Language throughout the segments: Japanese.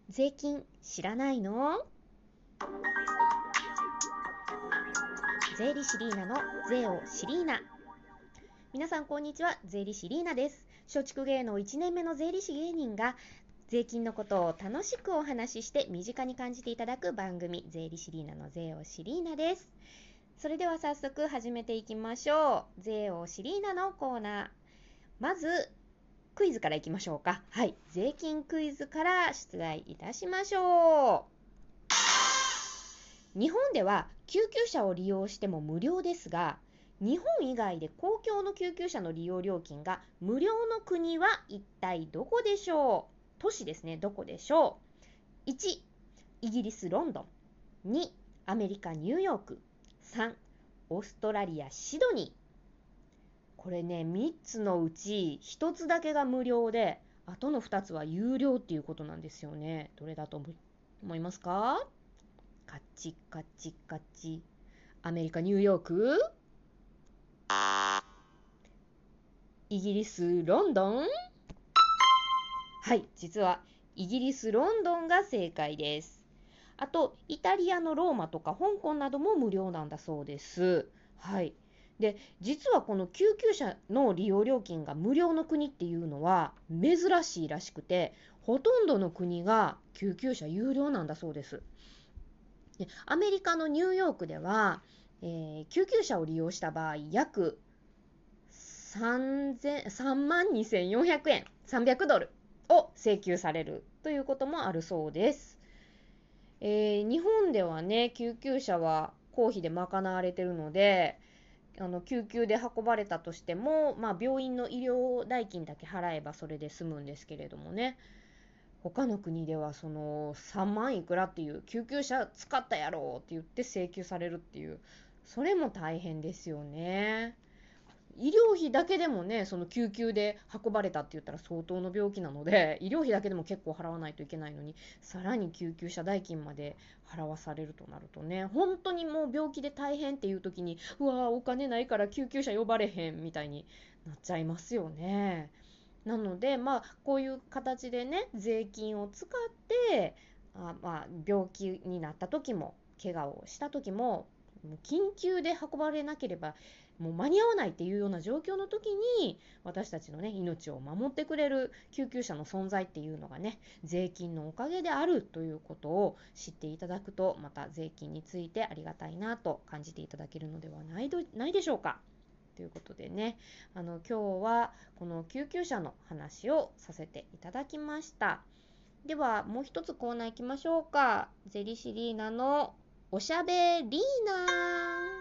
税金知らないの？税理士リーナの税をシリーナ。皆さんこんにちは、税理士リーナです。松竹芸能1年目の税理士芸人が税金のことを楽しくお話しして身近に感じていただく番組、税理士リーナの税をシリーナです。それでは早速始めていきましょう。税をシリーナのコーナー。まずクイズからいきましょうか。はい、税金クイズから出題いたしましょう。日本では救急車を利用しても無料ですが、日本以外で公共の救急車の利用料金が無料の国は一体どこでしょう？都市ですね、どこでしょう？ 1. イギリスロンドン。2. アメリカニューヨーク。3. オーストラリアシドニー。これね、3つのうち1つだけが無料で、あとの2つは有料っていうことなんですよね。どれだと思いますか？カチカチカチ。アメリカニューヨーク、イギリスロンドン。はい、実はイギリスロンドンが正解です。あとイタリアのローマとか香港なども無料なんだそうです。はい。で、実はこの救急車の利用料金が無料の国っていうのは珍しいらしくて、ほとんどの国が救急車有料なんだそうです。で、アメリカのニューヨークでは、救急車を利用した場合約3万2400円、300ドルを請求されるということもあるそうです。日本ではね、救急車は公費で賄われているので、救急で運ばれたとしても、病院の医療代金だけ払えばそれで済むんですけれどもね、他の国ではその3万いくらっていう救急車使ったやろって言って請求されるっていう、それも大変ですよね。医療費だけでもね、その救急で運ばれたって言ったら相当の病気なので、医療費だけでも結構払わないといけないのに、さらに救急車代金まで払わされるとなるとね、本当にもう病気で大変っていう時に、うわーお金ないから救急車呼ばれへんみたいになっちゃいますよね。なので、こういう形でね、税金を使って、病気になった時も、怪我をした時も、緊急で運ばれなければもう間に合わないっていうような状況の時に、私たちのね、命を守ってくれる救急車の存在っていうのがね、税金のおかげであるということを知っていただくと、また税金についてありがたいなと感じていただけるのではないでしょうか。ということでね、今日はこの救急車の話をさせていただきました。ではもう一つコーナー行きましょうか。ゼリシリーナのおしゃべりーナ。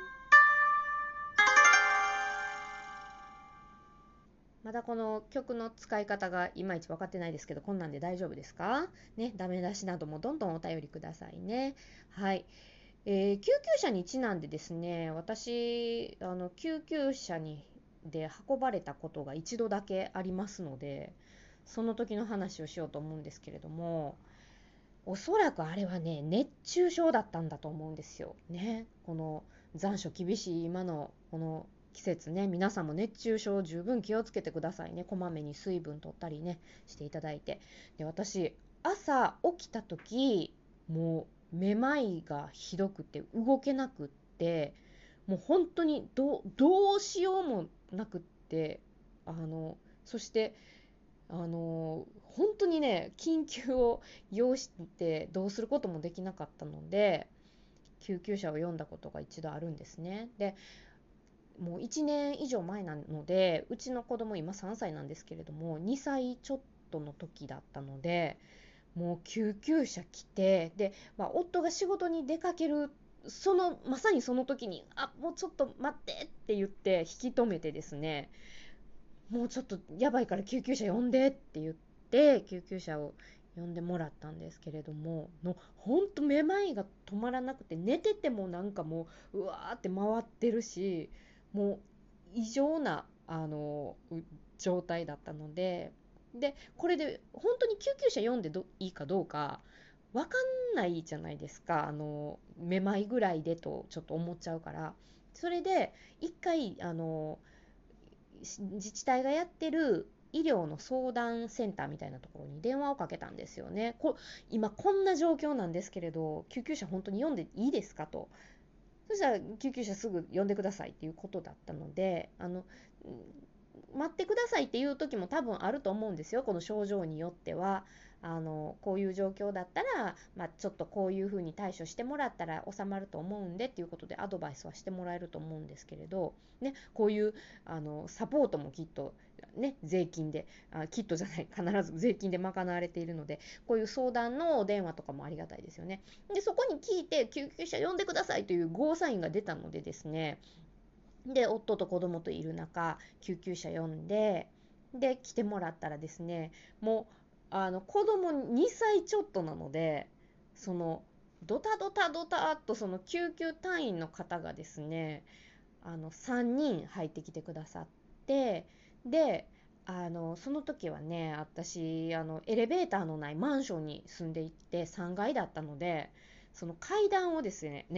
まだこの曲の使い方がいまいち分かってないですけど、こんなんで大丈夫ですかね？ダメ出しなどもどんどんお便りくださいね。はい。救急車にちなんでですね、私救急車で運ばれたことが一度だけありますので、その時の話をしようと思うんですけれども、おそらくあれはね、熱中症だったんだと思うんですよね。この残暑厳しい今のこの季節ね、皆さんも熱中症十分気をつけてくださいね。こまめに水分取ったりねしていただいて。で、私朝起きた時、もうめまいがひどくて動けなくって、もう本当にどうしようもなくって、そして本当にね、緊急を要してどうすることもできなかったので、救急車を呼んだことが一度あるんですね。で、もう1年以上前なので、うちの子供今3歳なんですけれども、2歳ちょっとの時だったので、もう救急車来て、で、夫が仕事に出かける、まさにその時に、もうちょっと待ってって言って引き止めてですね、もうちょっとやばいから救急車呼んでって言って救急車を呼んでもらったんですけれども、ほんとめまいが止まらなくて、寝ててもなんかもうわーって回ってるし、もう異常な状態だったので、これで本当に救急車呼んでいいかどうかわかんないじゃないですか。めまいぐらいでとちょっと思っちゃうから、それで一回自治体がやってる医療の相談センターみたいなところに電話をかけたんですよね。今こんな状況なんですけれど、救急車本当に呼んでいいですかと。そしたら救急車すぐ呼んでくださいっていうことだったので、待ってくださいっていう時も多分あると思うんですよ。この症状によっては。こういう状況だったら、ちょっとこういうふうに対処してもらったら収まると思うんでっていうことでアドバイスはしてもらえると思うんですけれど、ね、こういうサポートもきっと、ね、税金できっとじゃない必ず税金で賄われているので、こういう相談のお電話とかもありがたいですよね。でそこに聞いて救急車呼んでくださいというゴーサインが出たのでですね、で夫と子供といる中救急車呼んで、で来てもらったらですね、もう子供2歳ちょっとなので、そのドタドタドタっとその救急隊員の方がですね、3人入ってきてくださって、でその時はね、私エレベーターのないマンションに住んでいて3階だったので、その階段をですね、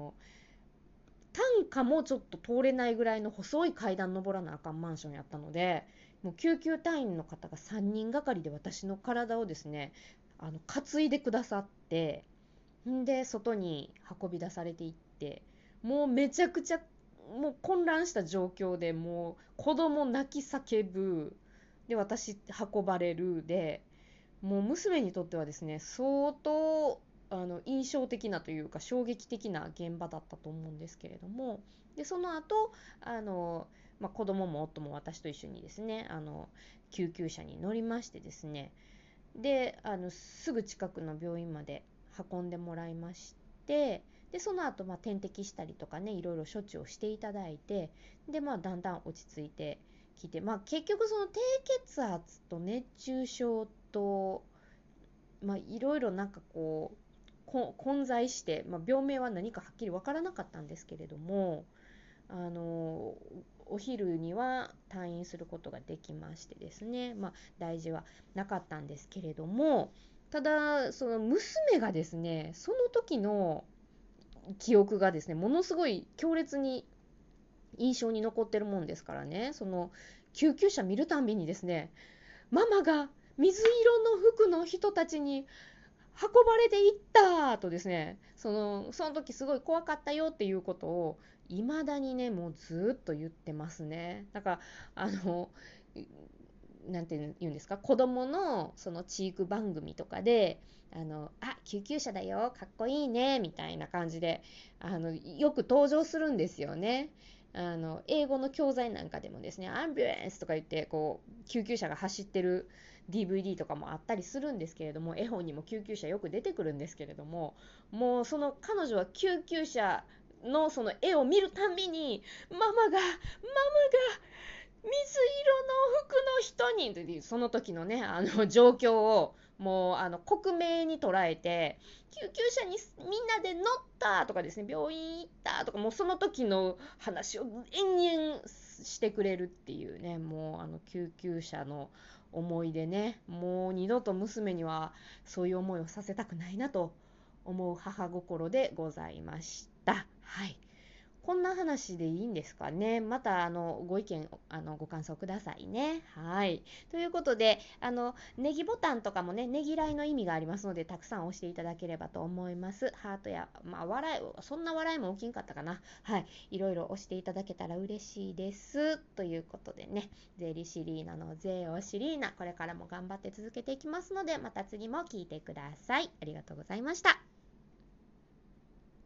単価もちょっと通れないぐらいの細い階段登らなあかんマンションやったので、もう救急隊員の方が3人がかりで私の体をですね、担いでくださって、んで外に運び出されていって、もうめちゃくちゃもう混乱した状況で、もう子供泣き叫ぶで、私運ばれるで、もう娘にとってはですね、相当印象的なというか衝撃的な現場だったと思うんですけれども、でその後子供も夫も私と一緒にですね、救急車に乗りましてですね、で、すぐ近くの病院まで運んでもらいまして、でその後点滴したりとかね、いろいろ処置をしていただいて、でだんだん落ち着いてきて、結局その低血圧と熱中症といろいろなんか混在して、病名は何かはっきり分からなかったんですけれども、お昼には退院することができましてですね、大事はなかったんですけれども、ただその娘がですね、その時の記憶がですね、ものすごい強烈に印象に残ってるもんですからね、その救急車見るたんびにですね、ママが水色の服の人たちに運ばれていったとですね、その時すごい怖かったよっていうことを未だにね、もうずっと言ってますね。だからなんて言うんですか、子供のそのチーク番組とかで救急車だよかっこいいねみたいな感じでよく登場するんですよね。英語の教材なんかでもですね、アンビュレンスとか言って救急車が走ってる DVD とかもあったりするんですけれども、絵本にも救急車よく出てくるんですけれども、もうその彼女は救急車のその絵を見るたびに、ママが水色の服の人にというその時のね状況をもう克明に捉えて、救急車にみんなで乗ったとかですね、病院行ったとか、もうその時の話を延々してくれるっていうね、もう救急車の思い出ね、もう二度と娘にはそういう思いをさせたくないなと思う母心でございました。はい、こんな話でいいんですかね。またご意見ご感想くださいね。はい。ということでネギボタンとかもね、ねぎらいの意味がありますので、たくさん押していただければと思います。ハートや笑い、そんな笑いも大きかったかな。はい。いろいろ押していただけたら嬉しいです。ということでね、税理シリーナの税をシリーナ、これからも頑張って続けていきますので、また次も聞いてください。ありがとうございました。